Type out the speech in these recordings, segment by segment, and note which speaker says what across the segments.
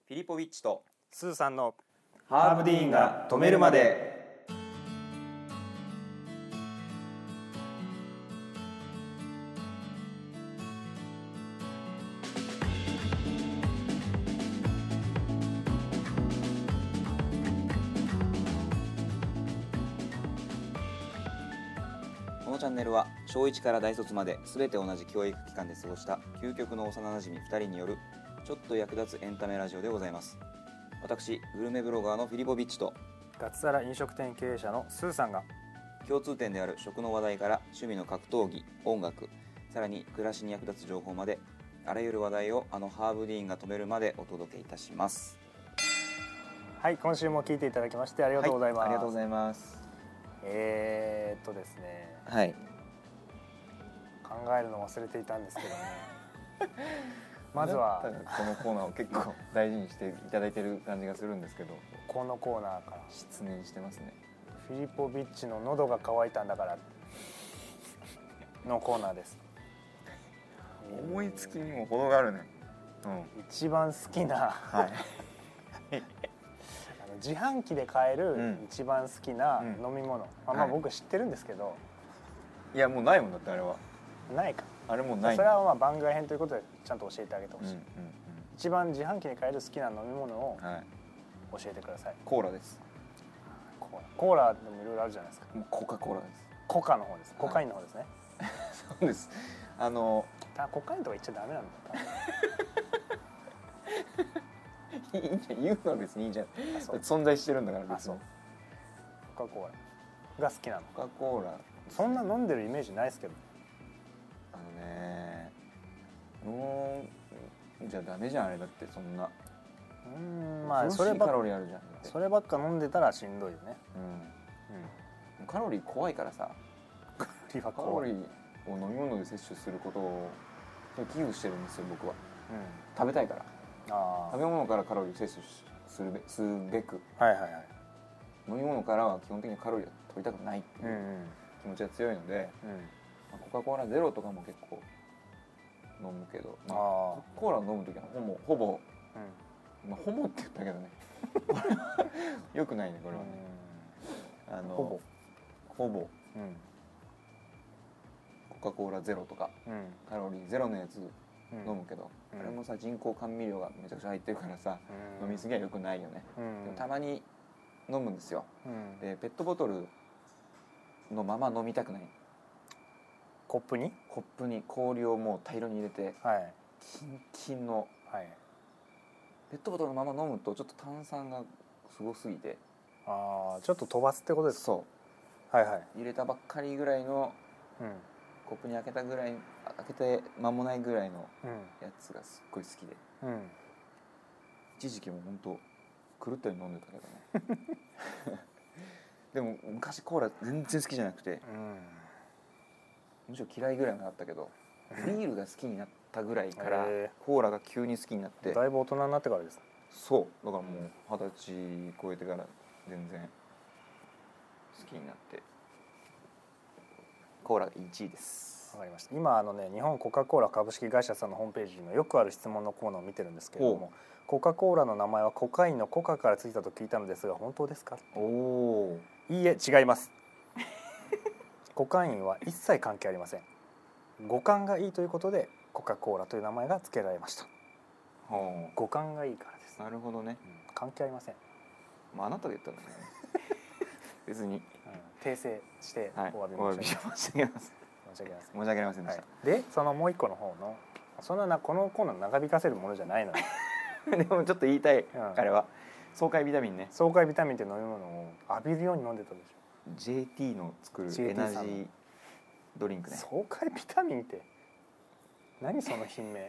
Speaker 1: フィリポビッチと
Speaker 2: スーさんの
Speaker 1: ハーブディーンが止めるまで。このチャンネルは小1から大卒まで全て同じ教育機関で過ごした究極の幼なじみ2人によるちょっと役立つエンタメラジオでございます。私グルメブロガーのフィリポビッチと
Speaker 2: 脱サラ飲食店経営者のスーさんが
Speaker 1: 共通点である食の話題から趣味の格闘技、音楽、さらに暮らしに役立つ情報まであらゆる話題をハーブディーンが止めるまでお届けいたします。
Speaker 2: はい、今週も聞いていただきましてありがとうございます、
Speaker 1: ありがとうございます。
Speaker 2: ですね、
Speaker 1: はい、
Speaker 2: 考えるの忘れていたんですけどねまずは
Speaker 3: このコーナーを結構大事にしていただいてる感じがするんですけど、
Speaker 2: このコーナーから
Speaker 3: 失念してますね。
Speaker 2: フィリポビッチの喉が渇いたんだからのコーナーです。
Speaker 3: 思いつきにも程があるね。
Speaker 2: 一番好きな、
Speaker 3: はい、
Speaker 2: 自販機で買える一番好きな飲み物、まあ僕知ってるんですけど、
Speaker 3: いやもうないもんだってあれは。
Speaker 2: ないか。
Speaker 3: あれもうない。
Speaker 2: それはまあ番外編ということでちゃんと教えてあげてほしい。一番自販機で買える好きな飲み物を教えてください。
Speaker 3: コーラです。
Speaker 2: コーラでもいろいろあるじゃないですか。
Speaker 3: コカ・コーラです。
Speaker 2: コカの方です。コカインの方ですね。
Speaker 3: そうです。
Speaker 2: コカインとか言っちゃダメなんだ。
Speaker 3: いいんじゃん、言うのは別にいいじゃん。存在してるんだから別に。
Speaker 2: コカ・コーラが好きなの。
Speaker 3: コカ・コーラ。
Speaker 2: そんな飲んでるイメージないですけど。
Speaker 3: じゃあダメじゃんあれだってそんな。
Speaker 2: まあそれ
Speaker 3: カロリーあるじゃん。
Speaker 2: そればっか飲んでたらしんどいよね。
Speaker 3: カロリー怖いからさ。カロリーを飲み物で摂取することを危惧してるんですよ僕は。食べたいから。食べ物からカロリーを摂取するべく。飲み物からは基本的にカロリーを取りたくないっていう気持ちが強いので、コカ・コーラゼロとかも結構飲むけど、コカ・コーラを飲む時はほぼほぼって言ったけどねよくないねこれはね。ほぼコカ・コーラゼロとかカロリーゼロのやつ飲むけど、あれもさ人工甘味料がめちゃくちゃ入ってるからさ、飲みすぎはよくないよね。でもたまに飲むんですよ。でペットボトルのまま飲みたくない。コップに氷をもう大量に入れて、キンキンの、ペットボトルのまま飲むとちょっと炭酸がすごすぎて、
Speaker 2: ちょっと飛ばすってことですか。
Speaker 3: そう入れたばっかりぐらいの、コップに開けて間もないぐらいのやつがすっごい好きで、一時期も本当狂ったように飲んでたけどねでも昔コーラ全然好きじゃなくて、むしろ嫌いぐらいもあったけど、ビールが好きになったぐらいからコーラが急に好きになって。
Speaker 2: だいぶ大人になってからです。
Speaker 3: そうだからもう20歳超えてから全然好きになってコーラが1位です。
Speaker 2: わかりました。今日本コカ・コーラ株式会社さんのホームページのよくある質問のコーナーを見てるんですけれども、コカ・コーラの名前はコカインのコカからついたと聞いたのですが本当ですか。いいえ違いますコカインは一切関係ありません。五感がいいということでコカ・コーラという名前が付けられました。五感がいいからです。
Speaker 3: なるほどね。
Speaker 2: 関係ありません。
Speaker 3: あなたが言ったんだね別に
Speaker 2: 訂正してお詫び申し上げます。
Speaker 3: 申し訳ありませんでした。
Speaker 2: でそのもう一個の方のこのコーナー長引かせるものじゃないの
Speaker 3: でもちょっと言いたい、あれは爽快ビタミンね。
Speaker 2: 爽快ビタミンって飲み物を浴びるように飲んでたでしょ。
Speaker 3: JT の作るエナジードリンクね。
Speaker 2: 爽快ビタミンって何その品名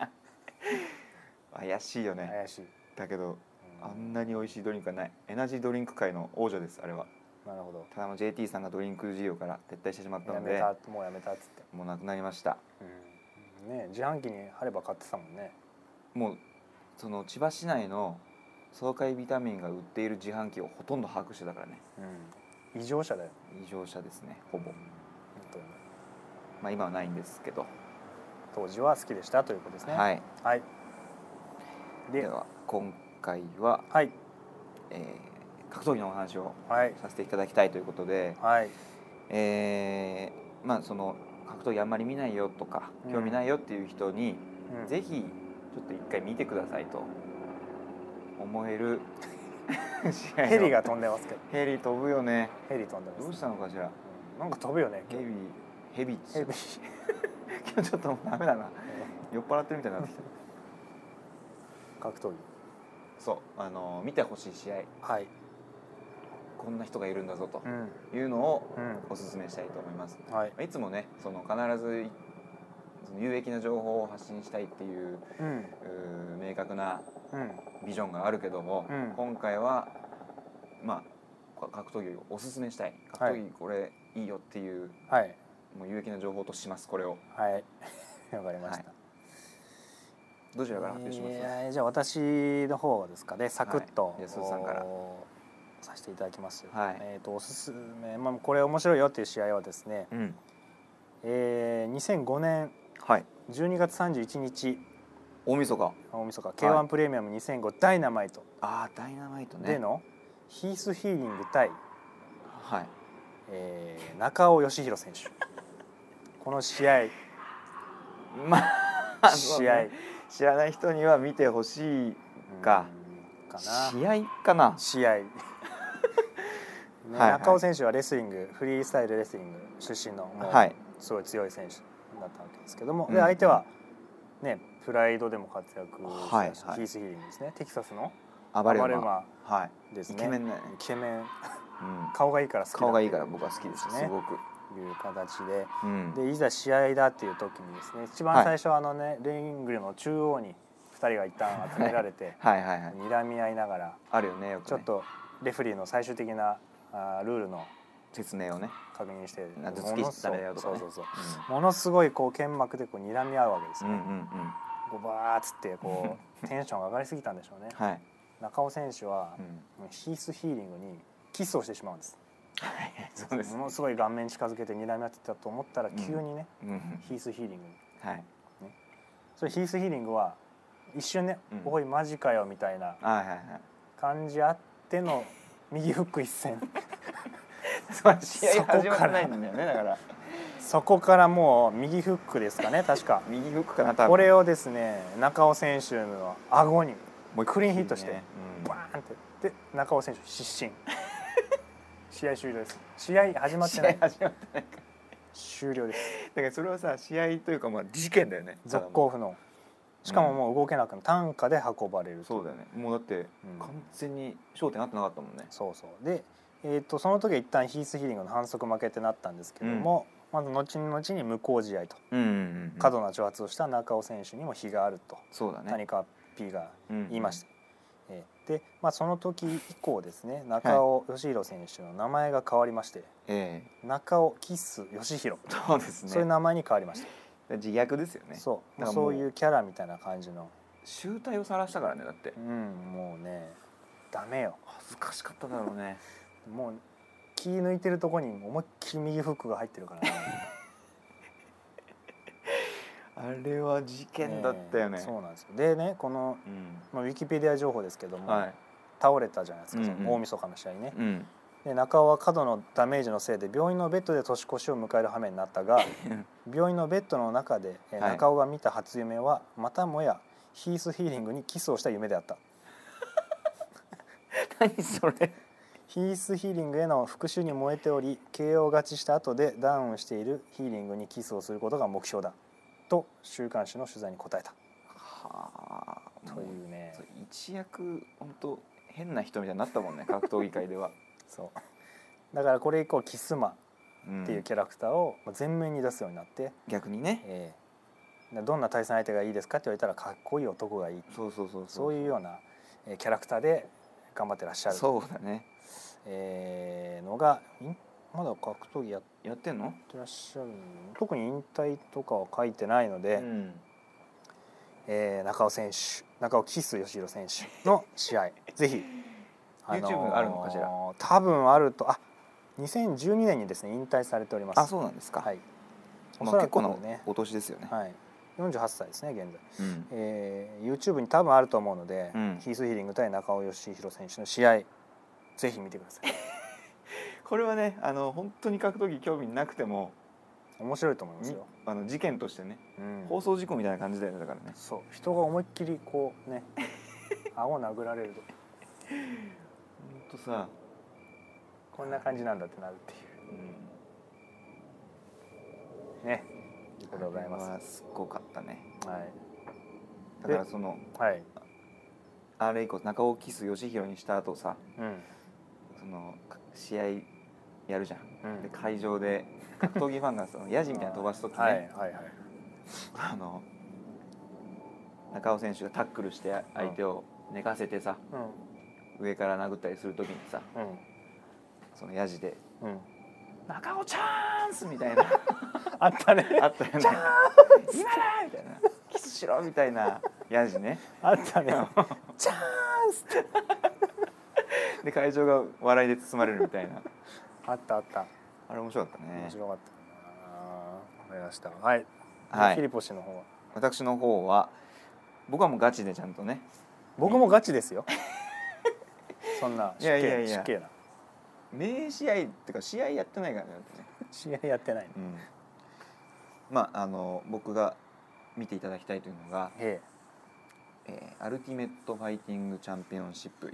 Speaker 3: 怪しいよね。
Speaker 2: 怪しい。
Speaker 3: だけどあんなに美味しいドリンクはない。エナジードリンク界の王女ですあれは。
Speaker 2: なるほど。
Speaker 3: ただJT さんがドリンク事業から撤退してしまったので
Speaker 2: もうやめたっつって、
Speaker 3: もうなくなりました。
Speaker 2: ね、自販機に貼れば買ってたもんね。
Speaker 3: もうその千葉市内の爽快ビタミンが売っている自販機をほとんど把握してたからね。
Speaker 2: 異常者だよ。
Speaker 3: 異常者ですねほぼ。
Speaker 2: 本当に。
Speaker 3: まあ今はないんですけど
Speaker 2: 当時は好きでしたということですね。
Speaker 1: では今回は、
Speaker 2: はい、
Speaker 1: 格闘技のお話を
Speaker 2: はい
Speaker 1: させていただきたいということで、
Speaker 2: はい、
Speaker 1: まあその格闘技あんまり見ないよとか興味ないよっていう人に、ぜひちょっと一回見てくださいと思える試合の。
Speaker 2: ヘリが飛んでますけど。
Speaker 1: ヘリ飛ぶよね。
Speaker 2: ヘリ飛んでます。
Speaker 1: どうしたのかしら。
Speaker 2: なんか飛ぶよね。
Speaker 1: ヘビ今日ちょっとダメだな。酔っ払ってるみたいになってきた。
Speaker 2: 格闘技。
Speaker 1: そう見てほしい試合。
Speaker 2: はい。
Speaker 1: こんな人がいるんだぞというのをお勧めしたいと思います。はい。いつもね必ずその有益な情報を発信したいっていう、明確なビジョンがあるけども、今回はまあ格闘技をお勧めしたい、格闘技これいいよっていう、もう有益な情報とします。これを。
Speaker 2: はい。わかりました。
Speaker 1: どちらから発表します？
Speaker 2: じゃあ私の方ですかね。サクッと
Speaker 1: 安田さんから
Speaker 2: させていただきます。
Speaker 1: はい。
Speaker 2: おすすめ、これ面白いよっていう試合はですね、2005年12月31日、
Speaker 1: 大晦日
Speaker 2: K1 プレミアム2005ダイナマイト、
Speaker 1: ダイナマイトね
Speaker 2: でのヒース・ヒーリング対、
Speaker 1: はい、
Speaker 2: 中尾義弘選手この試合試合
Speaker 1: 知らない人には見てほしいかな。試合
Speaker 2: 中尾選手はレスリング、フリースタイルレスリング出身のもうすごい強い選手だったわけですけども、で相手はねプライドでも活躍したヒース・ヒーリングですね。テキサスの暴れ馬ですね。
Speaker 1: イケメンね。
Speaker 2: イケメン、顔がいいから好きだ。
Speaker 1: 顔がいいから僕は好きですね。すごく
Speaker 2: いう形で、でいざ試合だっていう時にですね、一番最初レイングルの中央に2人が一旦集められて睨み合いながら、
Speaker 1: あるよねよくね、
Speaker 2: ちょっとレフェリーの最終的なルールの
Speaker 1: 説明をね
Speaker 2: 確認して、
Speaker 1: 頭突きしたらやとかね、
Speaker 2: ものすごいこう剣幕でこう睨み合うわけですね。バーッつってこうテンションが上がりすぎたんでしょうね。中尾選手はヒース・ヒーリングにキスをしてしまうんです。
Speaker 1: そうです。
Speaker 2: ものすごい顔面近づけて睨み合ってたと思ったら急にね、ヒース・ヒーリングに、それヒース・ヒーリングは一瞬ね「おいマジかよ」みたいな感じあっての右フック一閃
Speaker 1: 試合始まってないんだよね。だから
Speaker 2: そこからもう右フックですかね、確か
Speaker 1: 右フックかな、多分。
Speaker 2: これをですね中尾選手の顎にクリーンヒットしてバーンってで中尾選手失神試合終了です。試合始まってない終了です。
Speaker 1: だからそれはさ試合というか事件だよね。
Speaker 2: 続行不能、しかももう動けなくな担架で運ばれる。
Speaker 1: そうだよね。もうだって完全に焦点合ってなかったもんね。
Speaker 2: そうそうで、その時は一旦ヒース・ヒーリングの反則負けってなったんですけども、まず後々に無効試合と、過度な挑発をした中尾選手にも非があると、谷川 P が言いました。で、その時以降ですね、中尾義弘選手の名前が変わりまして、中尾キス義弘、
Speaker 1: そうですね、
Speaker 2: そういう名前に変わりました。
Speaker 1: 自虐ですよね。
Speaker 2: そういうキャラみたいな感じの
Speaker 1: 醜態を晒したからね。だって
Speaker 2: もうねダメよ。
Speaker 1: 恥ずかしかっただろうね。
Speaker 2: もう気抜いてるとこに思いっきり右フックが入ってるからね
Speaker 1: あれは事件だったよね。
Speaker 2: そうなんですよ。でね、この、ウィキペディア情報ですけども、倒れたじゃないですか、その大晦日の試合ね。で中尾は過度のダメージのせいで病院のベッドで年越しを迎える羽目になったが病院のベッドの中で中尾が見た初夢はまたもやヒース・ヒーリングにキスをした夢であった
Speaker 1: 何それ。
Speaker 2: ヒース・ヒーリングへの復讐に燃えており KO 勝ちした後でダウンしているヒーリングにキスをすることが目標だと週刊誌の取材に答えた。というね、
Speaker 1: 一躍本当変な人みたいになったもんね格闘技界では。
Speaker 2: そうだからこれ以降キスマっていうキャラクターを前面に出すようになって、
Speaker 1: 逆にね、
Speaker 2: どんな対戦相手がいいですかって言われたらかっこいい男がいい、そういうようなキャラクターで頑張ってらっしゃる。
Speaker 1: そうだね。
Speaker 2: のがまだ格闘技や
Speaker 1: ってんの？や
Speaker 2: ってらっしゃる。特に引退とかは書いてないので、中尾キス義弘選手の試合ぜひ
Speaker 1: YouTube あるのかしら。
Speaker 2: 多分あると。2012年にですね引退されております。
Speaker 1: そうなんですか。
Speaker 2: はい。
Speaker 1: 結構なお年ですよね。
Speaker 2: 48歳ですね現在、YouTube に多分あると思うので、ヒース・ヒーリング対中尾義弘選手の試合ぜひ見てください
Speaker 1: これはね本当に格闘技興味なくても
Speaker 2: 面白いと思いますよ。
Speaker 1: 事件としてね、放送事故みたいな感じだよね。だからね、
Speaker 2: そう人が思いっきりこうね顎殴られると
Speaker 1: 本当さ
Speaker 2: こんな感じなんだってなるっていう、ねということでございます。
Speaker 1: すごかったね。
Speaker 2: はい。
Speaker 1: だからその、はい、あれ以降中尾キス義弘にした後さ、その試合やるじゃん。で会場で格闘技ファンがそのヤジみたいな飛ばす時ね、中尾選手がタックルして相手を寝かせてさ、上から殴ったりする時にさ、そのヤジで「中尾チャンス!」みたいな
Speaker 2: あったね。
Speaker 1: あったよね。今だみたいな、キスしろみたいなヤジね。
Speaker 2: あったね。チャンス
Speaker 1: で会場が笑いで包まれるみたいな。
Speaker 2: あったあった。
Speaker 1: あれ面白かったね。
Speaker 2: 面白かったな。わかりました。はい。
Speaker 1: はい。
Speaker 2: フィリポ氏の方は。
Speaker 1: 私の方は僕はもうガチでちゃんとね。
Speaker 2: 僕もガチですよ。そんな
Speaker 1: 失
Speaker 2: 敬な。
Speaker 1: 名試合ってか試合やってないからね。
Speaker 2: 試合やってない、
Speaker 1: まあ僕が見ていただきたいというのが、アルティメットファイティングチャンピオンシップ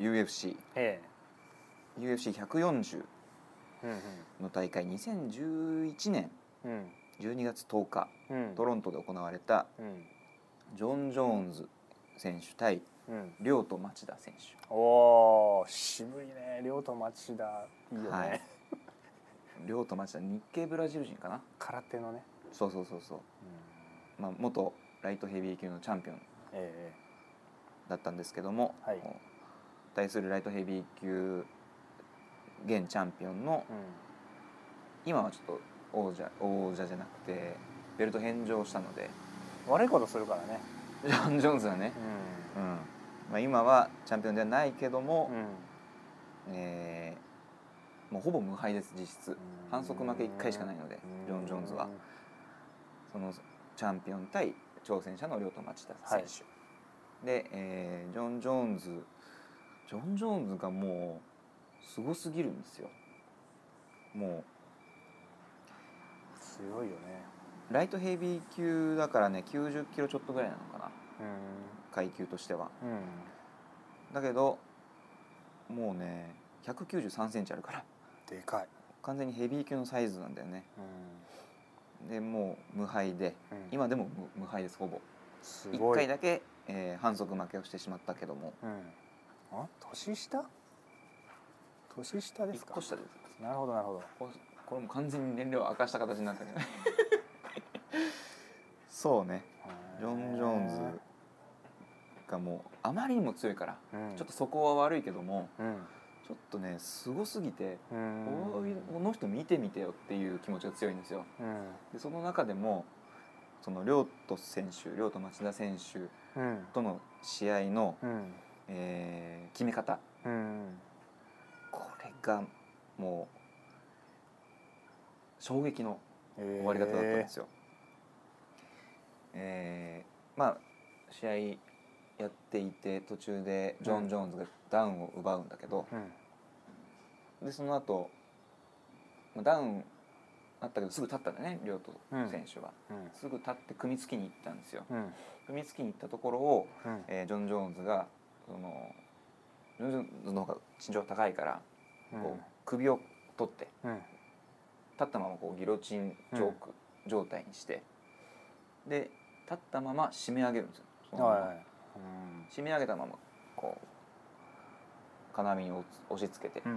Speaker 1: UFC、UFC140 の大会2011年12月10日、トロントで行われた、ジョン・ジョーンズ選手対亮と町田選手。
Speaker 2: おお、渋いね。亮と町田いいよね。
Speaker 1: 亮と町田、日系ブラジル人かな。
Speaker 2: 空手のね。
Speaker 1: そう、まあ元ライトヘビー級のチャンピオンだったんですけども、対するライトヘビー級現チャンピオンの、今はちょっと王者じゃなくてベルト返上したので、
Speaker 2: 悪いことするからね
Speaker 1: ジョン・ジョーンズはね、まあ、今はチャンピオンではないけども、もうほぼ無敗です。実質反則負け1回しかないので、ジョン・ジョーンズはそのチャンピオン対挑戦者の亮と町田選手、で、ジョン・ジョーンズがもうすごすぎるんですよ。もう
Speaker 2: 強いよね。
Speaker 1: ライトヘビー級だからね、90キロちょっとぐらいなのかな、階級としては、だけどもうね193センチあるから
Speaker 2: でかい。
Speaker 1: 完全にヘビー級のサイズなんだよね。でもう無敗で、今でも無敗です。ほぼ1回だけ、反則負けをしてしまったけども、
Speaker 2: 年下ですか。
Speaker 1: 1個下です。
Speaker 2: なるほどなるほど。
Speaker 1: これも完全に年齢を明かした形になったけどねそうね、ジョン・ジョーンズがもうあまりにも強いから、ちょっとそこは悪いけども、ちょっとねすごすぎて、この人見てみてよっていう気持ちが強いんですよ。でその中でもその亮と町田選手との試合の、決め方、これがもう衝撃の終わり方だったんですよ。まあ試合やっていて途中でジョン・ジョーンズがダウンを奪うんだけど、でその後ダウンあったけどすぐ立ったんだね、亮と選手は、すぐ立って組みつきに行ったんですよ。組みつきに行ったところを、ジョン・ジョーンズがジョン・ジョーンズの方が身長が高いから、こう首を取って、立ったままこうギロチンチョーク状態にして、で立ったまま締め上げるんですよ。締め上げたままこう金網を押し付けて、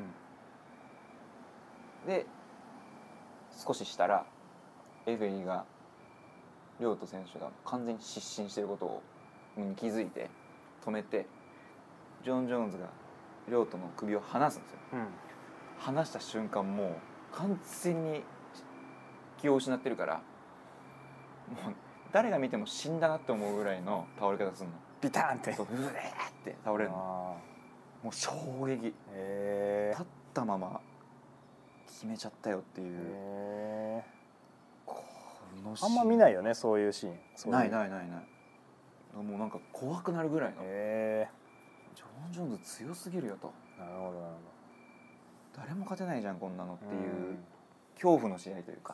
Speaker 1: で少ししたらレフェリーが亮と選手が完全に失神していることに気づいて止めて、ジョン・ジョーンズが亮との首を離すんですよ。離した瞬間もう完全に気を失ってるから、もう誰が見ても死んだなって思うぐらいの倒れ方するの。
Speaker 2: ビターンって、
Speaker 1: そう、うえーって倒れるの。もう衝撃。立ったまま決めちゃったよっていう。
Speaker 2: あんま見ないよねそういうシーン。
Speaker 1: ないないないない。もうなんか怖くなるぐらいの、ジョン・ジョーンズ強すぎるよと。
Speaker 2: なるほどなるほど。
Speaker 1: 誰も勝てないじゃんこんなのっていう恐怖の試合というか、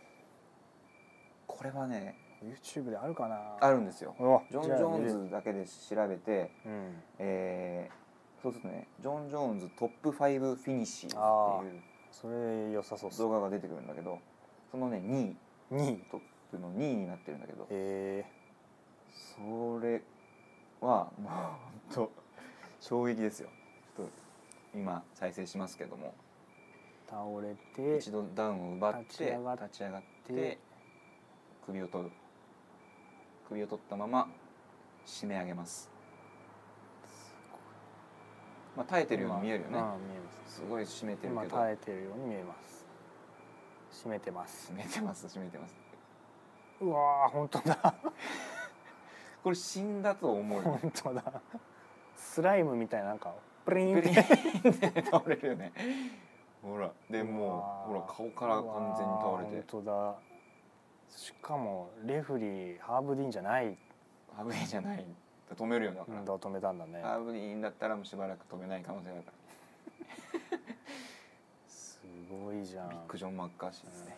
Speaker 1: これはね
Speaker 2: YouTube であるかな。
Speaker 1: あるんですよ。ジョン・ジョーンズだけで調べて、そうするとねジョン・ジョーンズトップ5フィニッシュっていう
Speaker 2: それ良さそう
Speaker 1: 動画が出てくるんだけど、そのね2位トップの2位になってるんだけど、それはもう本当衝撃ですよ。ちょっと今再生しますけども、
Speaker 2: 倒れて
Speaker 1: 一度ダウンを奪って立ち上がって首を取ったまま締め上げます。まあ耐えてるように見えるよね。見えます。すごい締めてるけど
Speaker 2: 耐えてるように見えます。締めてます。うわー本当だ
Speaker 1: これ死んだと思うよ。
Speaker 2: 本当だ。スライムみたいななんかプリンって
Speaker 1: 倒れるよね。ほらでもうほら顔から完全に倒れて。
Speaker 2: 本当だ。しかもレフリーハーブディーンじゃない。
Speaker 1: ハーブディーンじゃない。止めるよだから。
Speaker 2: 止めたんだね。
Speaker 1: ハーブディーンだったらもうしばらく止めない可能性があるから。
Speaker 2: すごいじゃん。
Speaker 1: ビッグジョン・マッカーシーですね。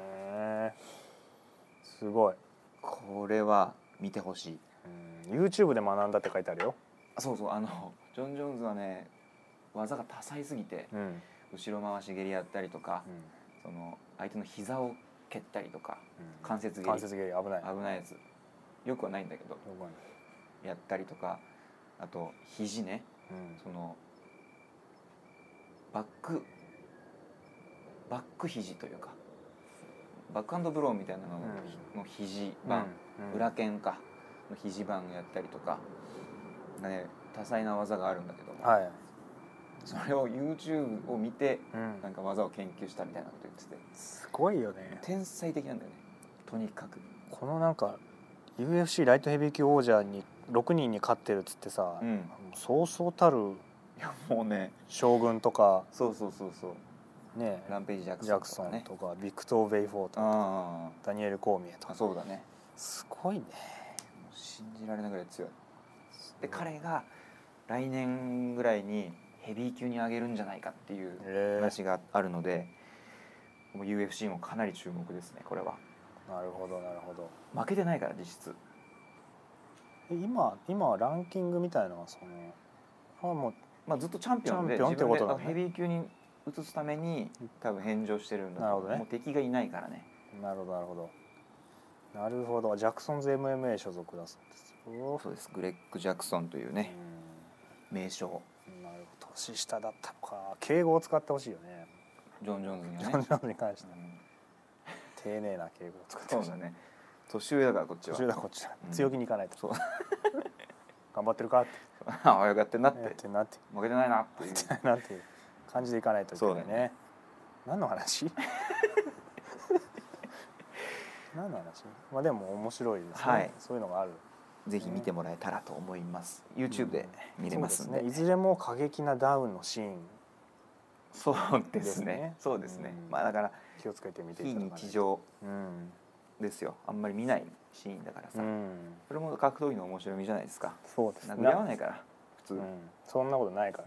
Speaker 2: すごい。
Speaker 1: これは見てほしい。
Speaker 2: YouTube で学んだって書いてあるよ。
Speaker 1: そうそうジョン・ジョーンズはね技が多彩すぎて、後ろ回し蹴りやったりとか、その相手の膝を蹴ったりとか、関節蹴り危ないやつよくはないんだけどやったりとか、あと肘ね、そのバック肘というかバックハンドブローみたいなのの肘バン、裏剣かの肘バンやったりとかね、多彩な技があるんだけども、それを YouTube を見て、なんか技を研究したみたいなこと言ってて、
Speaker 2: すごいよね。
Speaker 1: 天才的なんだよねとにかく。
Speaker 2: このなんか UFC ライトヘビー級王者に6人に勝ってるっつってさ、そうそうたる
Speaker 1: もうね
Speaker 2: 将軍とか
Speaker 1: そうね、ランページ・ジャクソン
Speaker 2: とかビクトー・ベイフォーとかダニエル・コーミエとか。
Speaker 1: そうだね。
Speaker 2: すごいね。
Speaker 1: 信じられないぐらい強い。で彼が来年ぐらいにヘビー級に上げるんじゃないかっていう話があるので、もう UFC もかなり注目ですねこれは。
Speaker 2: なるほどなるほど。
Speaker 1: 負けてないから実質。
Speaker 2: 今はランキングみたいなのはその
Speaker 1: もうずっとチャンピオンで自分でヘビー級に移すために多分返上してるんだと思う。もう敵がいないからね。
Speaker 2: なるほどなるほどなるほど。ジャクソンズ MMA 所属だそうです。
Speaker 1: そうです。グレッグ・ジャクソンというね名将。
Speaker 2: なるほど。年下だったのか。敬語を使ってほしいよね
Speaker 1: ジョン・ジョーンズにはね。
Speaker 2: ジョン・ジョーンズに関して、丁寧な敬語を使ってほしい。
Speaker 1: そうだね。年上だからこっちは。
Speaker 2: 年上だこっちは。強気にいかないと。そう頑張ってるかって。
Speaker 1: ああよかってんなって。負けてないなっていう。
Speaker 2: なんていう感じでいかないといけないね。何の話？何の話？まあでも面白いですね。そういうのがある。
Speaker 1: ぜひ見てもらえたらと思います。YouTube で見れますんで。
Speaker 2: いずれも過激なダウンのシーン。
Speaker 1: そうですね。そうですね。まあだから
Speaker 2: 気をつけてみて
Speaker 1: 非日常ですよ。あんまり見ないシーンだからさ。それも格闘技の面白みじゃないですか。
Speaker 2: そうですね。
Speaker 1: 殴り合わないから普通。
Speaker 2: そんなことないから。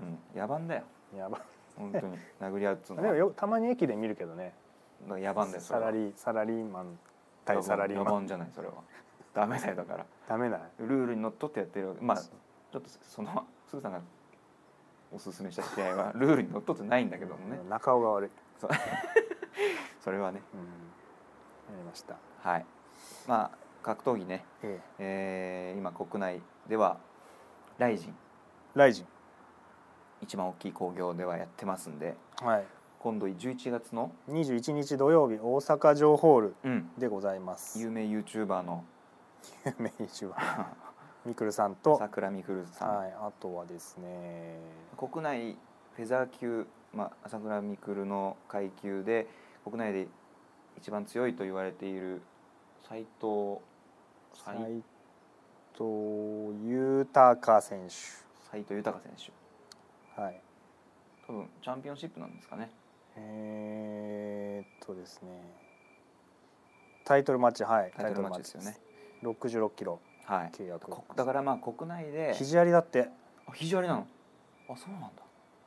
Speaker 1: 野蛮だよ。
Speaker 2: 野蛮。
Speaker 1: 本当に殴り合うっつうの
Speaker 2: は。でもたまに駅で見るけどね。
Speaker 1: 野蛮だよ。
Speaker 2: サラリーマン対サラリーマン。
Speaker 1: 野蛮じゃないそれは。ダメだよだから。
Speaker 2: ダメだ。
Speaker 1: ルールにのっとってやってる。まあちょっとそのスーさんがおすすめした試合はルールにのっとってないんだけどもね。
Speaker 2: 中尾が悪い。
Speaker 1: それはね。
Speaker 2: やりました。
Speaker 1: はい。まあ格闘技ね。今国内ではライジン一番大きい興行ではやってますんで。今度11月の
Speaker 2: 21日土曜日大阪城ホールでございます。
Speaker 1: 有名 YouTuber の
Speaker 2: みくるさんと
Speaker 1: 朝倉みくるさん。
Speaker 2: あとはですね
Speaker 1: 国内フェザー級、朝倉みくるの階級で国内で一番強いと言われている斉藤豊選手。多分チャンピオンシップなんですかね。
Speaker 2: ですねタイトルマッチ、はい、
Speaker 1: タイトルマッチですよね。
Speaker 2: 66キロ
Speaker 1: 契約、はい、だからまあ国内で
Speaker 2: 肘ありだって。
Speaker 1: 肘ありなの？あ、そうなんだ。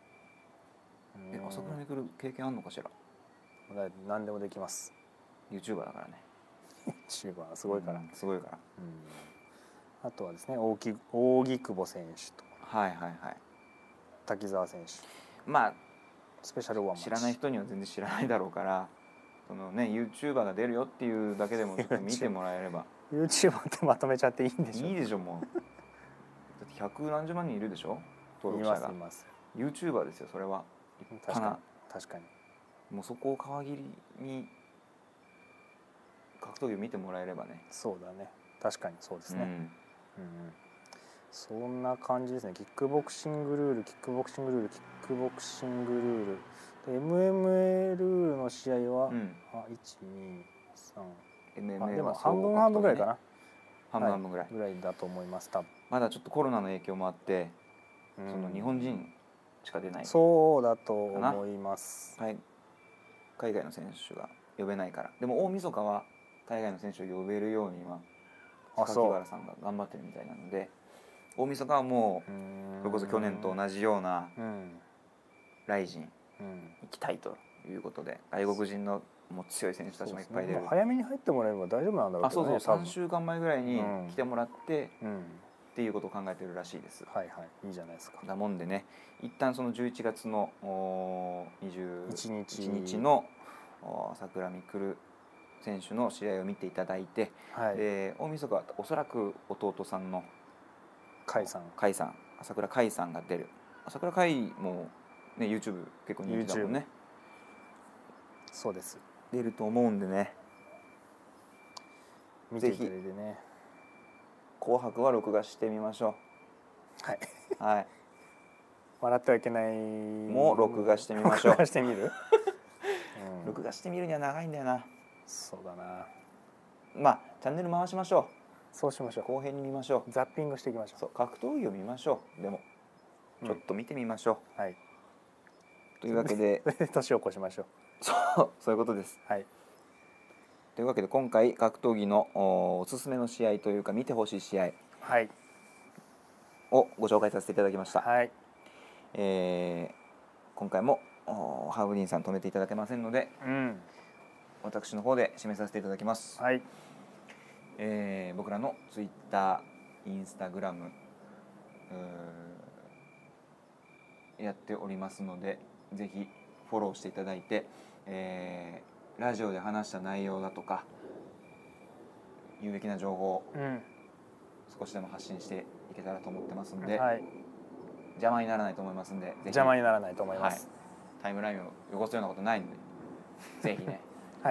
Speaker 1: 朝倉未来経験あんのかしら。
Speaker 2: 何でもできます。
Speaker 1: YouTuber だからね。
Speaker 2: YouTuber すごいから、
Speaker 1: すごいから。
Speaker 2: あとはですね、扇久保選手と、
Speaker 1: はいはいはい、
Speaker 2: 滝沢選手、
Speaker 1: まあ
Speaker 2: スペシャルワンマッチ。
Speaker 1: 知らない人には全然知らないだろうから、そのね YouTuber が出るよっていうだけでもちょっと見てもらえれば。
Speaker 2: YouTuber ってまとめちゃっていいんでしょ。
Speaker 1: いいでしょもう。だって百何十万人いるでしょ、登録者が。います。YouTuber ですよそれは。
Speaker 2: 確かに。
Speaker 1: もうそこを皮切りに格闘技を見てもらえればね。
Speaker 2: そうだね、確かにそうですね。そんな感じですね。キックボクシングルール、キックボクシングルール、キックボクシングルールで MMA ルールの試合は、1,2,3でも半分半分ぐらいかな。
Speaker 1: 半分半分ぐらい、
Speaker 2: ぐらいだと思います。多分
Speaker 1: まだちょっとコロナの影響もあって、その日本人しか出ない。
Speaker 2: そうだと思います。
Speaker 1: 海外の選手が呼べないから。でも大晦日は海外の選手を呼べるように今榊原さんが頑張ってるみたいなので、大晦日はもうそれこそ去年と同じようなライジン行きたいということで、外国人のもう強い選手たちもいっぱい出る。
Speaker 2: 早めに入ってもらえれば大丈夫なんだろうけどね。
Speaker 1: 3週間前ぐらいに来てもらってっていうことを考えてるらしいです。
Speaker 2: はいはい、いいじゃないですか。
Speaker 1: だもんでね、一旦その11月の21日の朝倉未来選手の試合を見ていただいて、で大晦日はおそらく弟さんの甲斐さん、朝倉海さんが出る。朝倉海もね YouTube 結構人気だもんね。
Speaker 2: そうです。
Speaker 1: 出ると思うんでね。
Speaker 2: ぜひね。
Speaker 1: 紅白は録画してみましょ
Speaker 2: う。はい。
Speaker 1: はい。
Speaker 2: 笑ってはいけない。
Speaker 1: もう録画してみましょう。
Speaker 2: 録画してみる？
Speaker 1: 録画してみるには長いんだよな。
Speaker 2: そうだな。
Speaker 1: まあチャンネル回しましょう。
Speaker 2: そうしましょう。
Speaker 1: 後編に見ましょう。
Speaker 2: ザッピングしていきましょう。
Speaker 1: そう、格闘技を見ましょう。でもちょっと見てみましょ
Speaker 2: う。はい。
Speaker 1: というわけで
Speaker 2: 年を越しましょう。
Speaker 1: そういうことです。
Speaker 2: はい。
Speaker 1: というわけで今回格闘技のおすすめの試合というか見てほしい試合をご紹介させていただきました。
Speaker 2: はい。
Speaker 1: 今回もハーブディーンさん止めていただけませんので、私の方で締めさせていただきます。
Speaker 2: はい。
Speaker 1: 僕らのツイッター、インスタグラムやっておりますので、ぜひフォローしていただいて、ラジオで話した内容だとか有益な情報を少しでも発信していけたらと思ってますんで、邪魔にならないと思いますんで、ぜひ
Speaker 2: 邪魔にならないと思います。
Speaker 1: タイムラインを汚すようなことないので、ぜひね、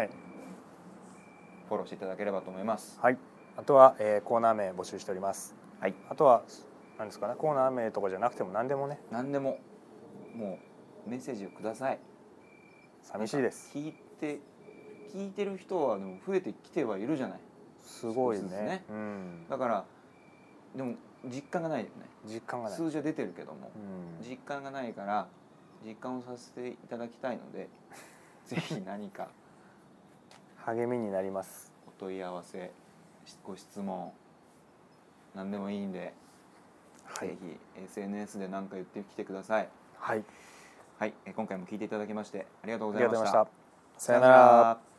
Speaker 1: フォローしていただければと思います。
Speaker 2: はい。あとは、コーナー名募集しております。
Speaker 1: はい。
Speaker 2: あとは何ですかね、コーナー名とかじゃなくても何でもね。
Speaker 1: 何でももうメッセージをください。
Speaker 2: 寂しいです。
Speaker 1: 聞いてる人はでも増えてきてはいるじゃない。
Speaker 2: すごいね。
Speaker 1: だからでも実感がないよね。
Speaker 2: 実感がない。
Speaker 1: 数字は出てるけども、実感がないから実感をさせていただきたいので、ぜひ何か
Speaker 2: 励みになります。
Speaker 1: お問い合わせ、ご質問何でもいいんで、ぜひ SNS で何か言ってきてください。
Speaker 2: はい。
Speaker 1: はい、今回も聞いていただきましてありがとうございました。
Speaker 2: さよなら。